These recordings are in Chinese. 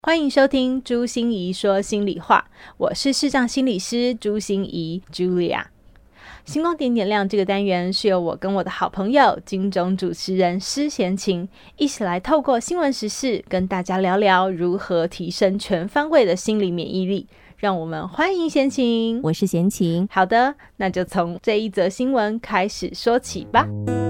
欢迎收听朱心怡说心里话，我是视障心理师朱心怡 Julia。 星光点点亮这个单元是由我跟我的好朋友金钟主持人施贤琴一起来透过新闻时事跟大家聊聊如何提升全方位的心理免疫力。让我们欢迎贤琴。 我是贤琴。 好的，那就从这一则新闻开始说起吧。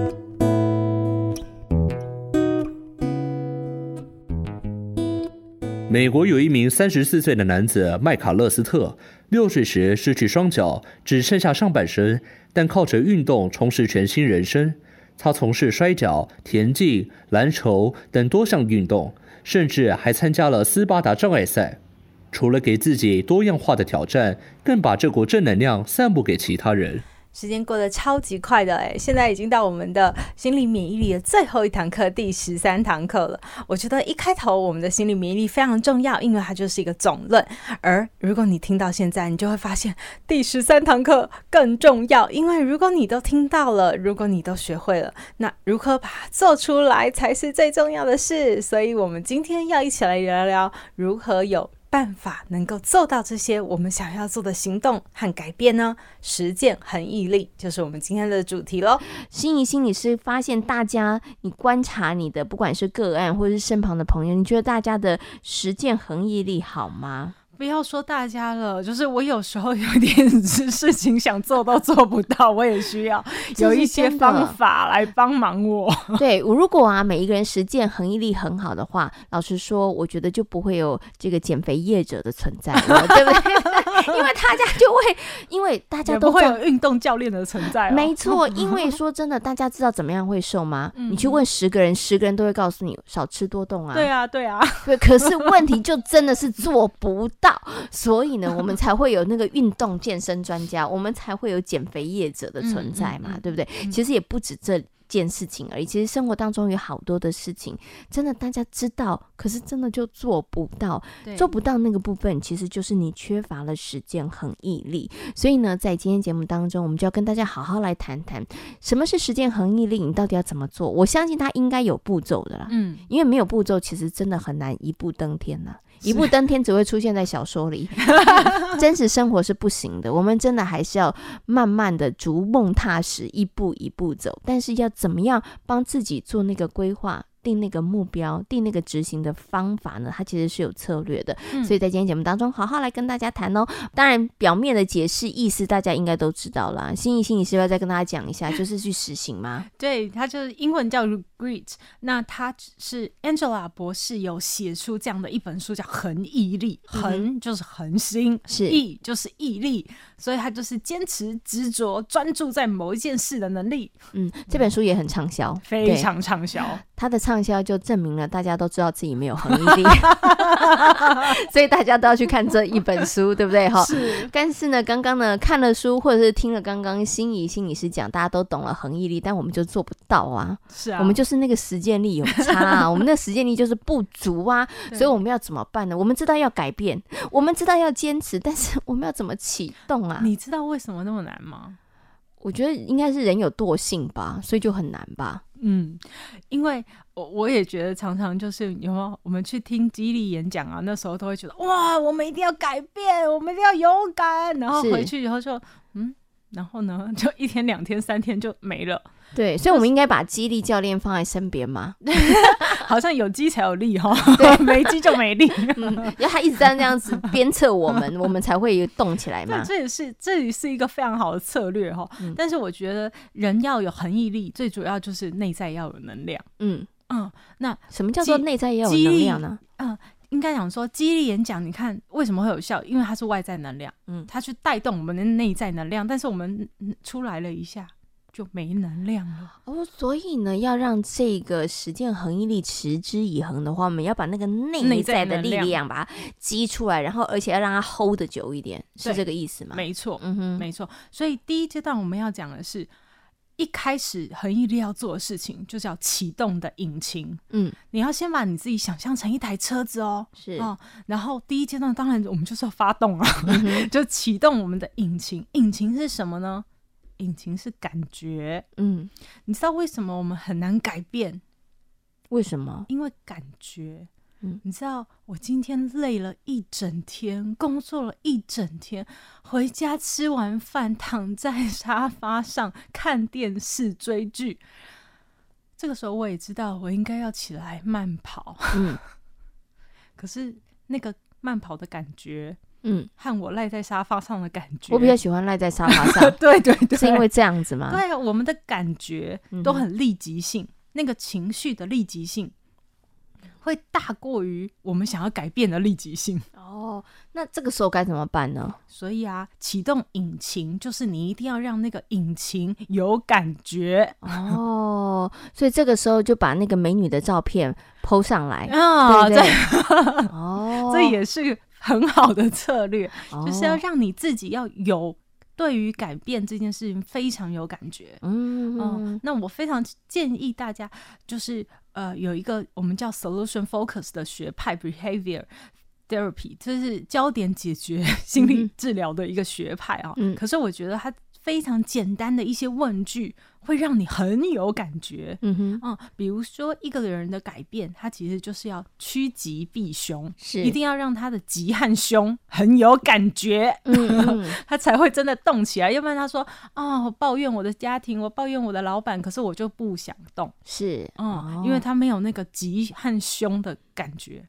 美国有一名34岁的男子麦卡勒斯特，6岁时失去双脚，只剩下上半身，但靠着运动重拾全新人生。他从事摔跤、田径、篮球等多项运动，甚至还参加了斯巴达障碍赛。除了给自己多样化的挑战，更把这股正能量散布给其他人。 时间过得超级快的现在已经到我们的心理免疫力的最后一堂课，第13堂课了。我觉得一开头我们的心理免疫力非常重要，因为它就是一个总论。而如果你听到现在，你就会发现第13堂课更重要，因为如果你都听到了，如果你都学会了，那如何把它做出来才是最重要的事。所以我们今天要一起来聊聊如何有办法能够做到这些我们想要做的行动和改变呢？实践恒毅力就是我们今天的主题咯。 心怡心理师发现大家，你观察你的不管是个案或是身旁的朋友，你觉得大家的实践恒毅力好吗？ 不要说大家了，就是我有时候有点事情想做都做不到，我也需要有一些方法来帮忙我。 对，如果每一个人实践恒毅力很好的话，老实说我觉得就不会有这个减肥业者的存在了，对不对？因为大家就会，因为大家都也不会有运动教练的存在没错，因为说真的，大家知道怎么样会瘦吗？你去问10个人，10个人都会告诉你少吃多动啊。 对啊对， 可是问题就真的是做不到。所以呢，我们才会有那个运动健身专家，我们才会有减肥业者的存在嘛，对不对？其实也不止这件事情而已，其实生活当中有好多的事情真的大家知道，可是真的就做不到。做不到那个部分，其实就是你缺乏了实践恒毅力。所以呢，在今天节目当中，我们就要跟大家好好来谈谈什么是实践恒毅力，你到底要怎么做。我相信它应该有步骤的啦，因为没有步骤其实真的很难一步登天啦。一步登天只会出现在小说里真实生活是不行的，我们真的还是要慢慢的逐梦踏实，一步一步走。但是要怎么样帮自己做那个规划，定那个目标，定那个执行的方法呢？它其实是有策略的，所以在今天节目当中好好来跟大家谈哦。当然表面的解释意思大家应该都知道啦，心怡是不是要再跟大家讲一下，就是去实行吗？ 对，它就是英文叫 Grit， 那它是 Angela 博士有写出这样的一本书叫恒毅力。恒就是恒心，毅就是毅力，所以它就是坚持执着专注在某一件事的能力。 这本书也很畅销， 非常畅销。 它的畅销就证明了大家都知道自己没有恒毅力所以大家都要去看这一本书，对不对？是。但是呢，刚刚呢看了书或者是听了刚刚心怡心理师讲，大家都懂了恒毅力，但我们就做不到啊。是啊，我们就是那个实践力有差啊我们那个实践力就是不足啊所以我们要怎么办呢？我们知道要改变，我们知道要坚持，但是我们要怎么启动啊？ 你知道为什么那么难吗？ 我觉得应该是人有惰性吧，所以就很难吧。 因为我也觉得常常就是有没有我们去听激励演讲啊，那时候都会觉得哇，我们一定要改变，我们一定要勇敢，然后回去以后就然后呢就1天2天3天就没了。 对，所以我们应该把激励教练放在身边嘛好像有鸡才有力没鸡就没力要他一直在那样子鞭策我们我们才会动起来嘛。 这也是一个非常好的策略但是我觉得人要有恒毅力，最主要就是内在要有能量。那什么叫做内在要有能量呢？ 应该讲说激励演讲，你看为什么会有效？因为它是外在能量，它去带动我们的内在能量，但是我们出来了一下就没能量了所以呢，要让这个实践恒毅力持之以恒的话，我们要把那个内在的力量把它激出来，然后而且要让它 hold 得久一点，是这个意思吗？ 没错，没错。所以第一阶段我们要讲的是一开始恒毅力要做的事情就叫启动的引擎。你要先把你自己想象成一台车子是然后第一阶段当然我们就是要发动就启动我们的引擎。引擎是什么呢？引擎是感觉。你知道为什么我们很难改变？ 为什么？ 因为感觉你知道我今天累了一整天，工作了一整天，回家吃完饭躺在沙发上看电视追剧，这个时候我也知道我应该要起来慢跑，可是那个慢跑的感觉和我赖在沙发上的感觉， 我比较喜欢赖在沙发上对对对， 是因为这样子吗？ 对，我们的感觉都很立即性，那个情绪的立即性会大过于我们想要改变的立即性。 那这个时候该怎么办呢？ 所以啊，启动引擎就是你一定要让那个引擎有感觉。 所以这个时候就把那个美女的照片 po 上来啊， 对不对？ 这也是很好的策略，就是要让你自己要有对于改变这件事情非常有感觉。那我非常建议大家就是有一个我们叫 solution focus 的学派 behavior therapy， 就是焦点解决心理治疗的一个学派啊。可是我觉得它非常简单的一些问句会让你很有感觉。比如说一个人的改变，他其实就是要趋吉避凶，一定要让他的吉和凶很有感觉，他才会真的动起来。要不然他说我抱怨我的家庭，我抱怨我的老板，可是我就不想动， 是因为他没有那个吉和凶的感觉。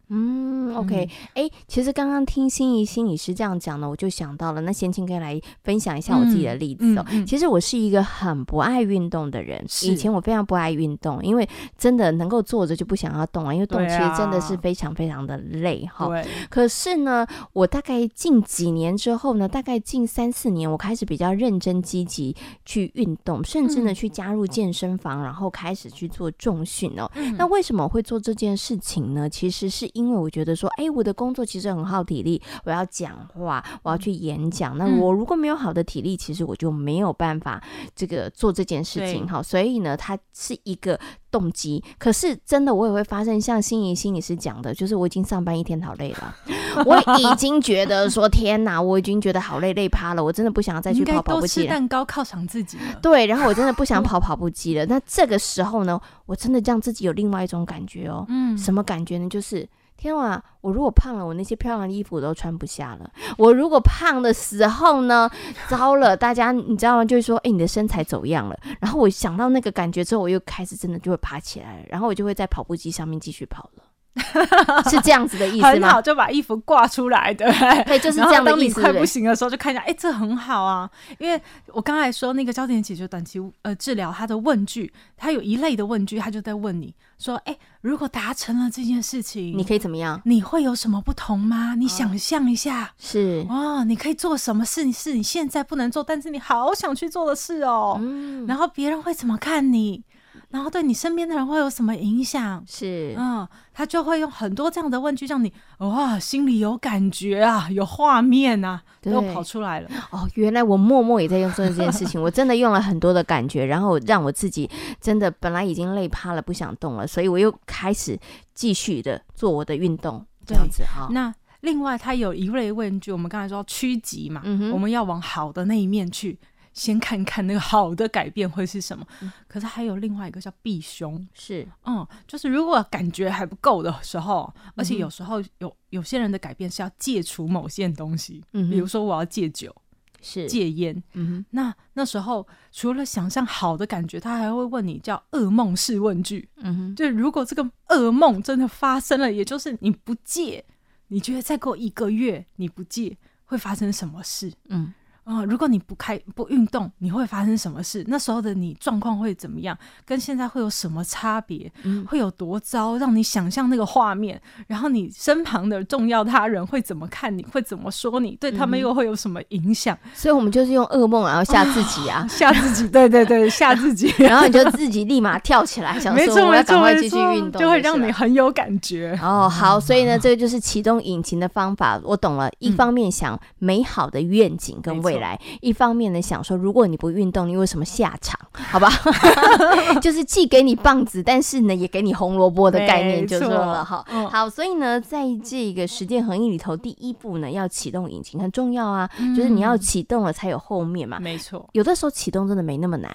OK， 其实刚刚听心怡心理师这样讲呢，我就想到了，那贤琴可以来分享一下我自己的例子其实我是一个很不爱运动的人，以前我非常不爱运动，因为真的能够坐着就不想要动因为动其实真的是非常非常的累可是呢，我大概近几年之后呢，大概近3-4年，我开始比较认真积极去运动，甚至呢去加入健身房，然后开始去做重训那为什么我会做这件事情呢？其实是因为我觉得说我的工作其实很耗体力，我要讲话，我要去演讲，那我如果没有好的体力，其实我就没有办法这个做这件事情所以呢它是一个动机。可是真的我也会发现像心怡心理师讲的，就是我已经上班一天好累了我已经觉得说天哪，我已经觉得好累趴了，我真的不想要再去跑步机了，应该多吃蛋糕犒赏自己了。 对，然后我真的不想跑步机了那这个时候呢，我真的让自己有另外一种感觉什么感觉呢？就是天啊，我如果胖了，我那些漂亮的衣服我都穿不下了。我如果胖的时候呢，糟了，大家你知道吗？就是说你的身材走样了。然后我想到那个感觉之后，我又开始真的就会爬起来了，然后我就会在跑步机上面继续跑了。是这样子的意思吗？ 很好，就把衣服挂出来的， 对，就是这样的意思。 然后当你快不行的时候，就看一下，这很好啊。因为我刚才说那个焦点解决短期治疗，它的问句，它有一类的问句，它就在问你说，如果达成了这件事情， 你可以怎么样？ 你会有什么不同吗？你想象一下， 是你可以做什么事是你现在不能做，但是你好想去做的事然后别人会怎么看你？然后对你身边的人会有什么影响？ 是， 他就会用很多这样的问句，让你心里有感觉啊，有画面啊，都跑出来了。 原来我默默也在用做这件事情，我真的用了很多的感觉，然后让我自己真的本来已经累趴了，不想动了，所以我又开始继续的做我的运动，这样子。 那另外，它有一类问句，我们刚才说趋吉嘛，我们要往好的那一面去。先看看那个好的改变会是什么可是还有另外一个叫避凶， 是就是如果感觉还不够的时候，而且有时候有些人的改变是要戒除某件东西比如说我要戒酒， 是戒烟那时候除了想象好的感觉，他还会问你叫噩梦式问句就如果这个噩梦真的发生了，也就是你不戒，你觉得再过1个月你不戒会发生什么事如果你不运动，你会发生什么事？那时候的你状况会怎么样？跟现在会有什么差别？会有多糟？让你想象那个画面，然后你身旁的重要他人会怎么看你？会怎么说你？对他们又会有什么影响？ 所以我们就是用噩梦然后吓自己吓自己，对对对，吓自己， 然后你就自己立马跳起来，想说我要赶快继续运动， 就会让你很有感觉。 好，所以呢，这个就是启动引擎的方法。我懂了，一方面想美好的愿景跟未来，一方面呢想说如果你不运动你有什么下场，好吧就是既给你棒子但是呢也给你红萝卜的概念就说了好，所以呢在这个实践合一里头，第一步呢要启动引擎很重要就是你要启动了才有后面嘛， 没错， 有的时候启动真的没那么难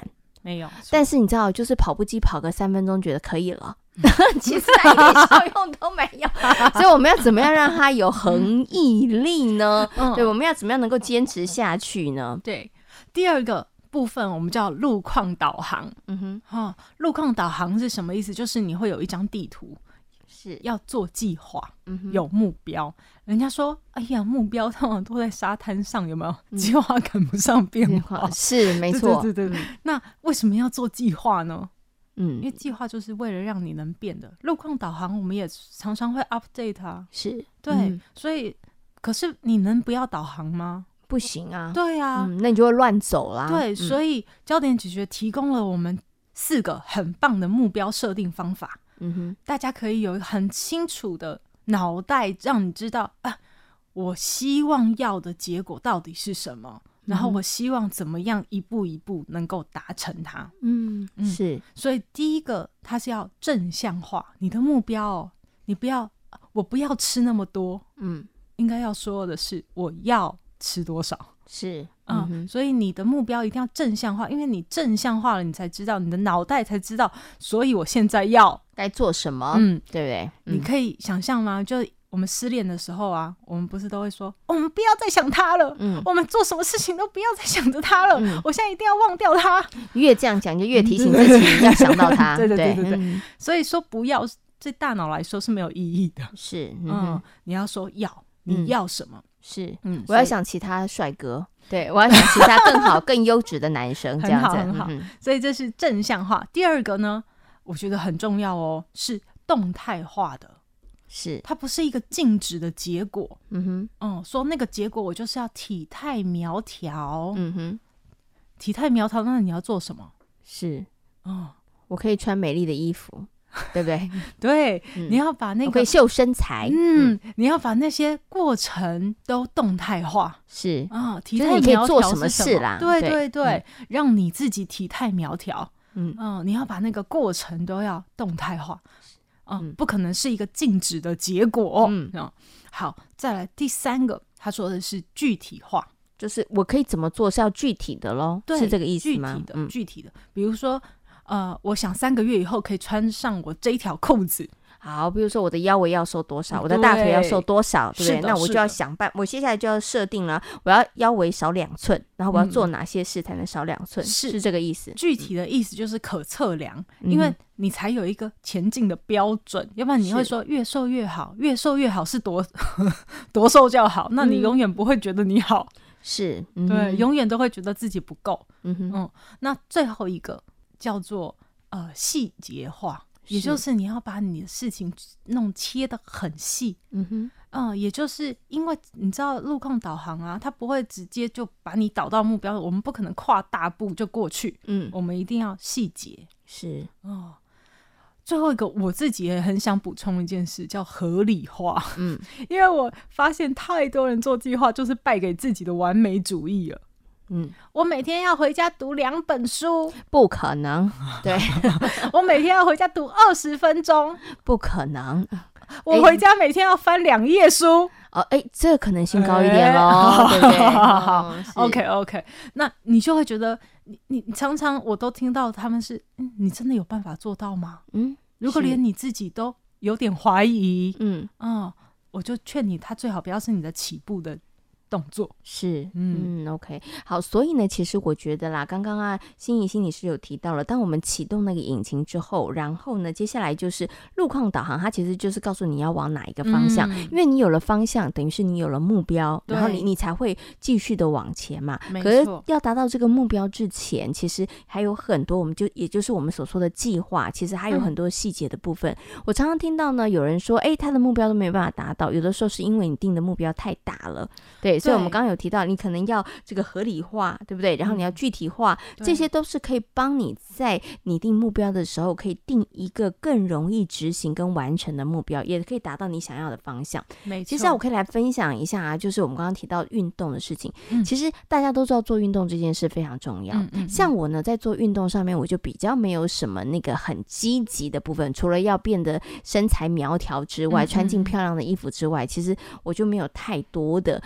没有。 但是你知道，就是跑步机跑个3分钟觉得可以了，其实它一点效用都没有。所以我们要怎么样让它有恒毅力呢？对，我们要怎么样能够坚持下去呢？ 对，第二个部分我们叫路况导航。路况导航是什么意思？就是你会有一张地图，是要做计划，有目标。人家说，哎呀，目标通常都在沙滩上，有没有？计划赶不上变化， 是没错。 对。那为什么要做计划呢？因为计划就是为了让你能变的。路况导航我们也常常会 update 啊， 是对，所以可是你能不要导航吗？ 不行啊， 对啊， 那你就会乱走啦。 对，所以焦点解决提供了我们4个很棒的目标设定方法。大家可以有一个很清楚的脑袋，让你知道我希望要的结果到底是什么，然后我希望怎么样一步一步能够达成它。 是。 所以第一个，它是要正向化你的目标我不要吃那么多，应该要说的是我要吃多少。 是， 所以你的目标一定要正向化，因为你正向化了，你才知道，你的脑袋才知道，所以我现在要该做什么，对不对？ 你可以想象吗？就我们失恋的时候啊，我们不是都会说，我们不要再想他了，我们做什么事情都不要再想着他了，我现在一定要忘掉他。越这样讲就越提醒自己要想到他。 对，所以说不要，对大脑来说是没有意义的。 是， 你要说要，你要什么？ 是，我要想其他帅哥，对，我要想其他更好更优质的男生，这样子很好。所以这是正向化。第二个呢，我觉得很重要哦，是动态化的，是它不是一个静止的结果。说那个结果我就是要体态苗条。体态苗条，那你要做什么？ 是我可以穿美丽的衣服。对不对？ 对，你要把那个可以秀身材， 你要把那些过程都动态化， 是体态苗条是什么？你可以做什么事啦？ 对，让你自己体态苗条。你要把那个过程都要动态化，不可能是一个静止的结果。好，再来第3个，他说的是具体化， 就是我可以怎么做是要具体的咯，是这个意思吗？ 具体的，比如说。我想3个月以后可以穿上我这一条裤子。 好，比如说我的腰围要瘦多少，我的大腿要瘦多少，对不对？那我就要想办，我接下来就要设定了，我要腰围少2寸，然后我要做哪些事才能少2寸？是这个意思。 具体的意思就是可测量，因为你才有一个前进的标准，要不然你会说越瘦越好，越瘦越好是多瘦就好，那你永远不会觉得你好。 是， 对，永远都会觉得自己不够。那最后一个叫做细节化，也就是你要把你的事情弄切得很细。也就是因为你知道路况导航啊，它不会直接就把你导到目标，我们不可能跨大步就过去。我们一定要细节。 是最后一个我自己也很想补充一件事，叫合理化。因为我发现太多人做计划就是败给自己的完美主义了。我每天要回家读2本书， 不可能。对， 我每天要回家读20分钟， 不可能。 我回家每天要翻2页书。 这个可能性高一点咯，对不对？ 好 OK， 那你就会觉得你常常我都听到他们是你真的有办法做到吗？如果连你自己都有点怀疑，我就劝你，他最好不要是你的起步的动作。 是，OK， 好，所以呢，其实我觉得啦，刚刚心怡心理师有提到了，当我们启动那个引擎之后，然后呢，接下来就是路况导航，它其实就是告诉你要往哪一个方向，因为你有了方向，等于是你有了目标，然后你才会继续的往前嘛。可是要达到这个目标之前，其实还有很多，也就是我们所说的计划，其实还有很多细节的部分。我常常听到呢，有人说，他的目标都没有办法达到，有的时候是因为你定的目标太大了，对。所以我们刚刚有提到，你可能要这个合理化，对不对？然后你要具体化，这些都是可以帮你在拟定目标的时候，可以定一个更容易执行跟完成的目标，也可以达到你想要的方向。 没错。 其实我可以来分享一下就是我们刚刚提到运动的事情。其实大家都知道做运动这件事非常重要。像我呢，在做运动上面，我就比较没有什么那个很积极的部分，除了要变得身材苗条之外，穿进漂亮的衣服之外，其实我就没有太多的可能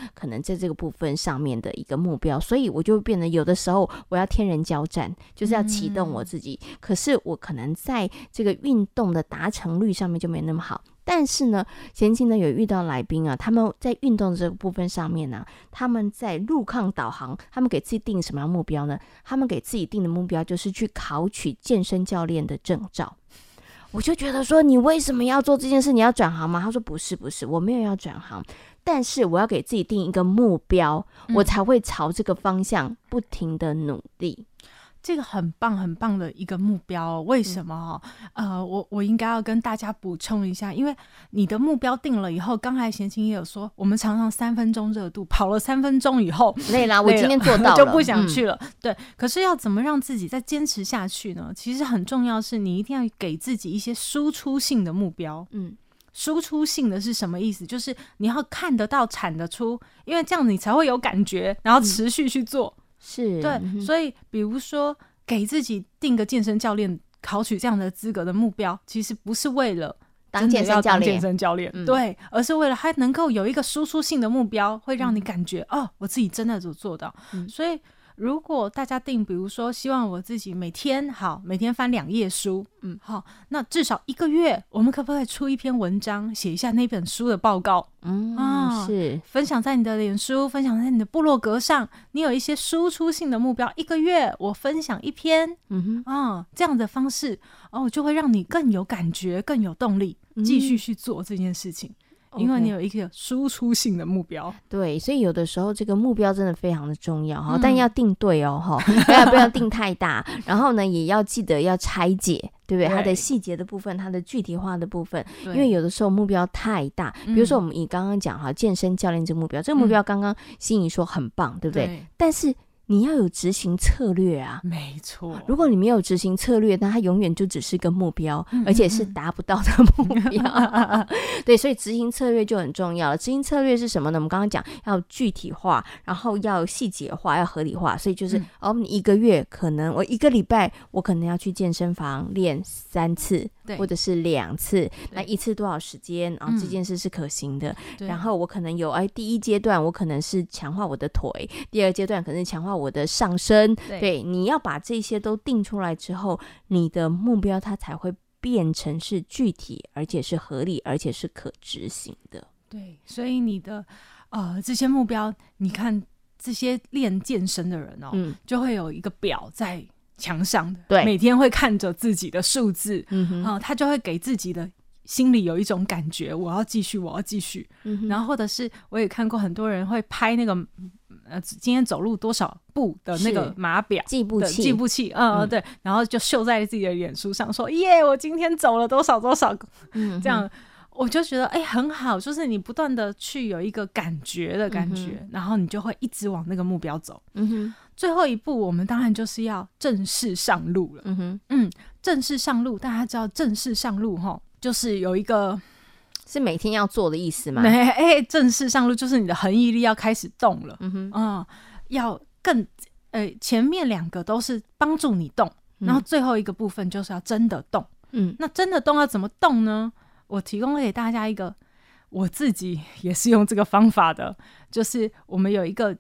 在这个部分上面的一个目标，所以我就变得有的时候我要天人交战，就是要启动我自己，可是我可能在这个运动的达成率上面就没那么好。但是呢，前期呢有遇到来宾啊，他们在运动这个部分上面呢，他们在路况导航，他们给自己定什么样的目标呢？他们给自己定的目标就是去考取健身教练的证照。我就觉得说，你为什么要做这件事？你要转行吗？他说不是，我没有要转行，但是我要给自己定一个目标，我才会朝这个方向不停的努力。 这个很棒很棒的一个目标为什么我应该要跟大家补充一下，因为你的目标定了以后，刚才贤青也有说，我们常常3分钟热度，跑了3分钟以后累了，我今天做到了就不想去了，对。可是要怎么让自己再坚持下去呢？其实很重要是你一定要给自己一些输出性的目标。输出性的是什么意思？就是你要看得到产得出，因为这样你才会有感觉，然后持续去做。是对，所以比如说给自己定个健身教练考取这样的资格的目标，其实不是为了当健身教练， 对，而是为了他能够有一个输出性的目标，会让你感觉我自己真的有做到。所以如果大家定比如说希望我自己每天翻2页书，好，那至少1个月我们可不可以出一篇文章，写一下那本书的报告，是分享在你的脸书，分享在你的部落格上，你有一些输出性的目标，1个月我分享1篇，这样的方式就会让你更有感觉，更有动力继续去做这件事情。因为你有一个输出性的目标。 对，所以有的时候这个目标真的非常的重要，但要定对不要定太大，然后呢也要记得要拆解，对不对？它的细节的部分，它的具体化的部分，因为有的时候目标太大，比如说我们以刚刚讲健身教练这个目标，这个目标刚刚心怡说很棒，对不对？但是你要有执行策略啊， 没错。 如果你没有执行策略，那它永远就只是个目标，而且是达不到的目标。对，所以执行策略就很重要了。执行策略是什么呢？我们刚刚讲要具体化，然后要细节化，要合理化。所以就是你1个月可能我1个礼拜我可能要去健身房练3次，或者是2次，那1次多少时间？然后这件事是可行的。然后我可能有第一阶段我可能是强化我的腿，第二阶段可能是强化我的上身。对，你要把这些都定出来之后，你的目标它才会变成是具体，而且是合理，而且是可执行的。 对，所以你的这些目标，你看这些练健身的人就会有一个表在墙上的，对，每天会看着自己的数字，他就会给自己的心里有一种感觉，我要继续。然后或者是我也看过很多人会拍那个今天走路多少步的那个码表计步器，对，然后就秀在自己的脸书上说耶，我今天走了多少，这样我就觉得很好，就是你不断的去有一个感觉，然后你就会一直往那个目标走。最后一步我们当然就是要正式上路了。正式上路，大家知道正式上路就是有一个是每天要做的意思吗？ 正式上路就是你的恒毅力要开始动了。要更前面2个都是帮助你动，然后最后一个部分就是要真的动。那真的动要怎么动呢？我提供给大家一个，我自己也是用这个方法的，就是我们有一个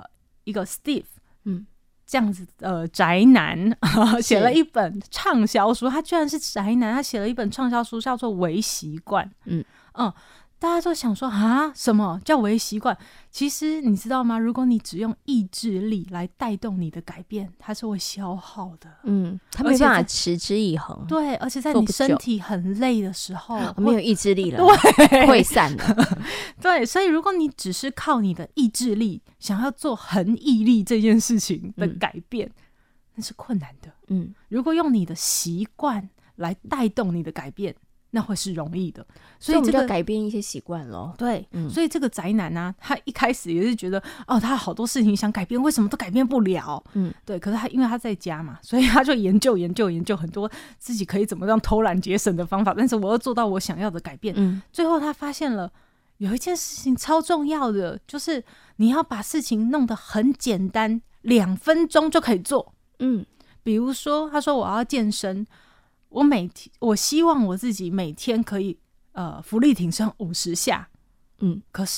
Steve，这样子宅男写了一本畅销书，他居然是宅男，他写了一本畅销书叫做《微习惯》。大家都想说什么叫微习惯？其实你知道吗？如果你只用意志力来带动你的改变，它是会消耗的。 它没办法持之以恒。 对，而且在你身体很累的时候， 没有意志力了， 对， 溃散了。 对，所以如果你只是靠你的意志力想要做恒毅力这件事情的改变，那是困难的。如果用你的习惯来带动你的改变，那会是容易的。所以我们就要改变一些习惯咯。 对，所以这个宅男啊，他一开始也是觉得他好多事情想改变，为什么都改变不了？对，可是他因为他在家嘛，所以他就研究很多自己可以怎么样偷懒节省的方法，但是我要做到我想要的改变。最后他发现了有一件事情超重要的，就是你要把事情弄得很简单，2分钟就可以做。比如说他说我要健身，我希望我自己每天可以浮力挺身50下。可是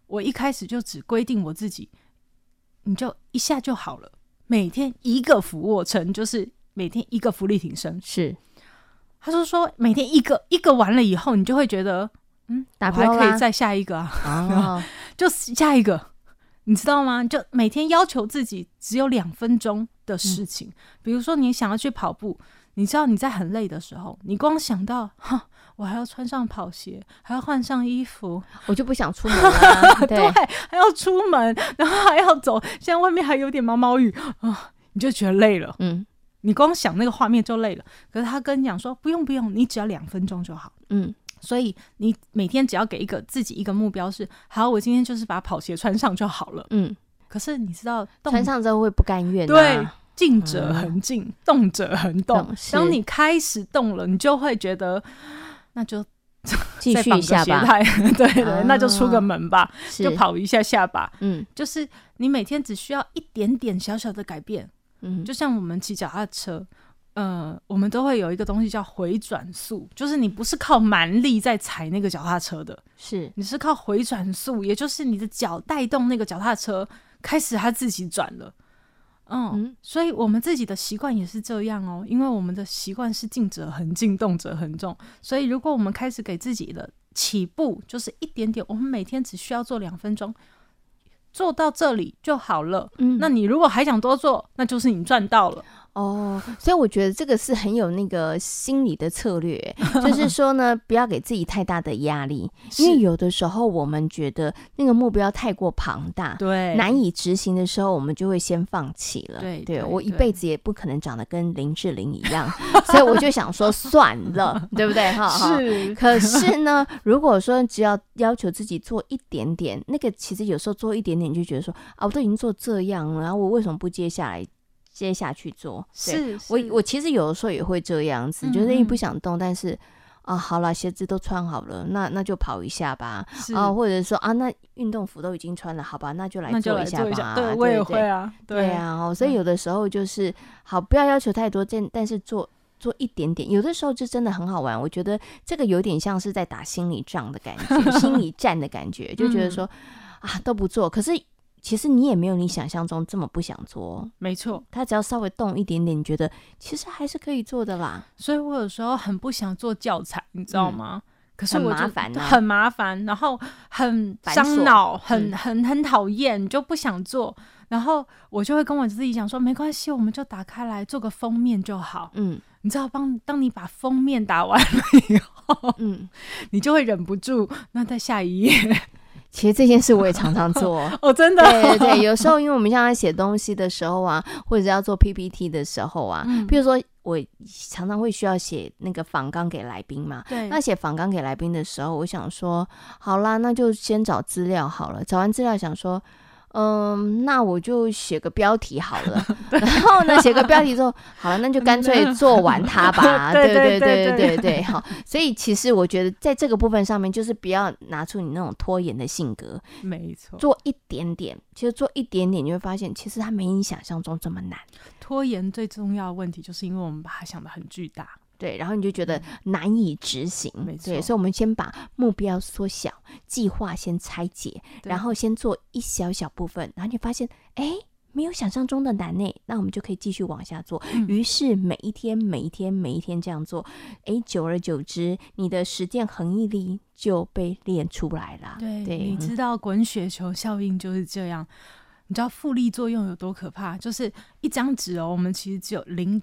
我一开始就只规定我自己，你就一下就好了，每天一个俯卧撑，就是每天一个伏地挺身。 是， 他说每天一个完了以后，你就会觉得达标啦， 我还可以再下一个啊， 哦就下一个，你知道吗？就每天要求自己只有2分钟的事情，比如说你想要去跑步，你知道你在很累的时候，你光想到我还要穿上跑鞋，还要换上衣服， 我就不想出门了。 对，还要出门，然后还要走，现在外面还有点毛毛雨你就觉得累了。你光想那个画面就累了。可是他跟你讲说，不用，你只要2分钟就好。所以你每天只要给自己一个目标是，好，我今天就是把跑鞋穿上就好了。可是你知道， 穿上之后会不甘愿。 对。静者恒静，动者恒动。当你开始动了，你就会觉得那就继续一下吧。 对，那就出个门吧，就跑一下吧。就是你每天只需要一点点小小的改变。就像我们骑脚踏车，我们都会有一个东西叫回转速，就是你不是靠蛮力在踩那个脚踏车的，你是靠回转速，也就是你的脚带动那个脚踏车，开始它自己转了。所以我们自己的习惯也是这样哦，因为我们的习惯是静者恒静，动者恒动。所以如果我们开始给自己的起步就是一点点，我们每天只需要做2分钟，做到这里就好了。那你如果还想多做，那就是你赚到了。 所以我觉得这个是很有那个心理的策略，就是说呢，不要给自己太大的压力，因为有的时候我们觉得那个目标太过庞大， 对， 难以执行的时候，我们就会先放弃了。对，我一辈子也不可能长得跟林志玲一样，所以我就想说算了，对不对？是。可是呢，如果说只要要求自己做一点点，那个其实有时候做一点点，你就觉得说我都已经做这样了，然后我为什么不接下去做？我其实有的时候也会这样子，就是你不想动，但是好了，鞋子都穿好了，那就跑一下吧。或者说那运动服都已经穿了，好吧，那就来做一下吧。 对，我也会啊。 对啊，所以有的时候就是好，不要要求太多，但是做一点点，有的时候就真的很好玩。我觉得这个有点像是在打心理仗的感觉，心理战的感觉，就觉得说都不做，可是其实你也没有你想象中这么不想做。 没错， 他只要稍微动一点点，你觉得其实还是可以做的啦。 所以我有时候很不想做教材，你知道吗？可是我就很麻烦，然后很伤脑，很讨厌，你就不想做。然后我就会跟我自己讲说，没关系，我们就打开来做个封面就好。你知道，当你把封面打完了以后，你就会忍不住，那再下一页。 其实这件事我也常常做真的。 对，有时候因为我们像在写东西的时候或者是要做 PPT 的时候比如说我常常会需要写那个访纲给来宾嘛。 对。 那写访纲给来宾的时候，我想说，好啦，那就先找资料好了。找完资料想说，那我就写个标题好了。然后呢，写个标题之后，好了，那就干脆做完它吧。对，好。所以其实我觉得在这个部分上面，就是不要拿出你那种拖延的性格。 没错， 做一点点，其实做一点点，你会发现，其实它没你想象中这么难。 拖延最重要的问题，就是因为我们把它想得很巨大。 对，然后你就觉得难以执行。 没错。 对，所以我们先把目标缩小，计划先拆解，然后先做一小小部分，然后你发现没有想象中的难呢，那我们就可以继续往下做。于是每一天这样做，久而久之，你的实践恒毅力就被练出来了。 对，你知道滚雪球效应就是这样。你知道复利作用有多可怕？就是一张纸我们其实只有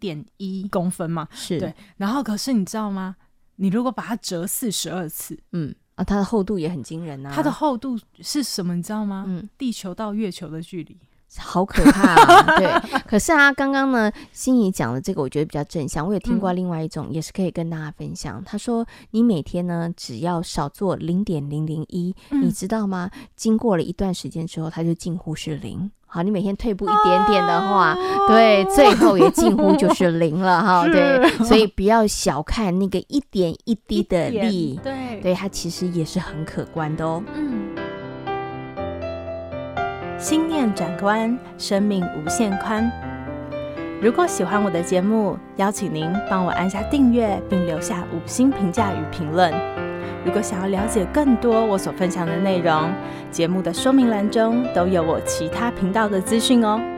0.1 公分嘛。 是。 对。然后可是你知道吗？你如果把它折42次， 它的厚度也很惊人啊。 它的厚度是什么？你知道吗？地球到月球的距离。 好可怕对，可是刚刚呢，心怡讲的这个我觉得比较正向。我也听过另外一种，也是可以跟大家分享。他说，你每天呢只要少做 0.001，你知道吗？经过了一段时间之后，它就近乎是0。好，你每天退步一点点的话，对，最后也近乎就是0了对，所以不要小看那个一点一滴的力，对，它其实也是很可观的哦。 心念转关，生命无限宽。如果喜欢我的节目，邀请您帮我按下订阅，并留下5星评价与评论。 如果想要了解更多我所分享的内容，节目的说明栏中都有我其他频道的资讯哦。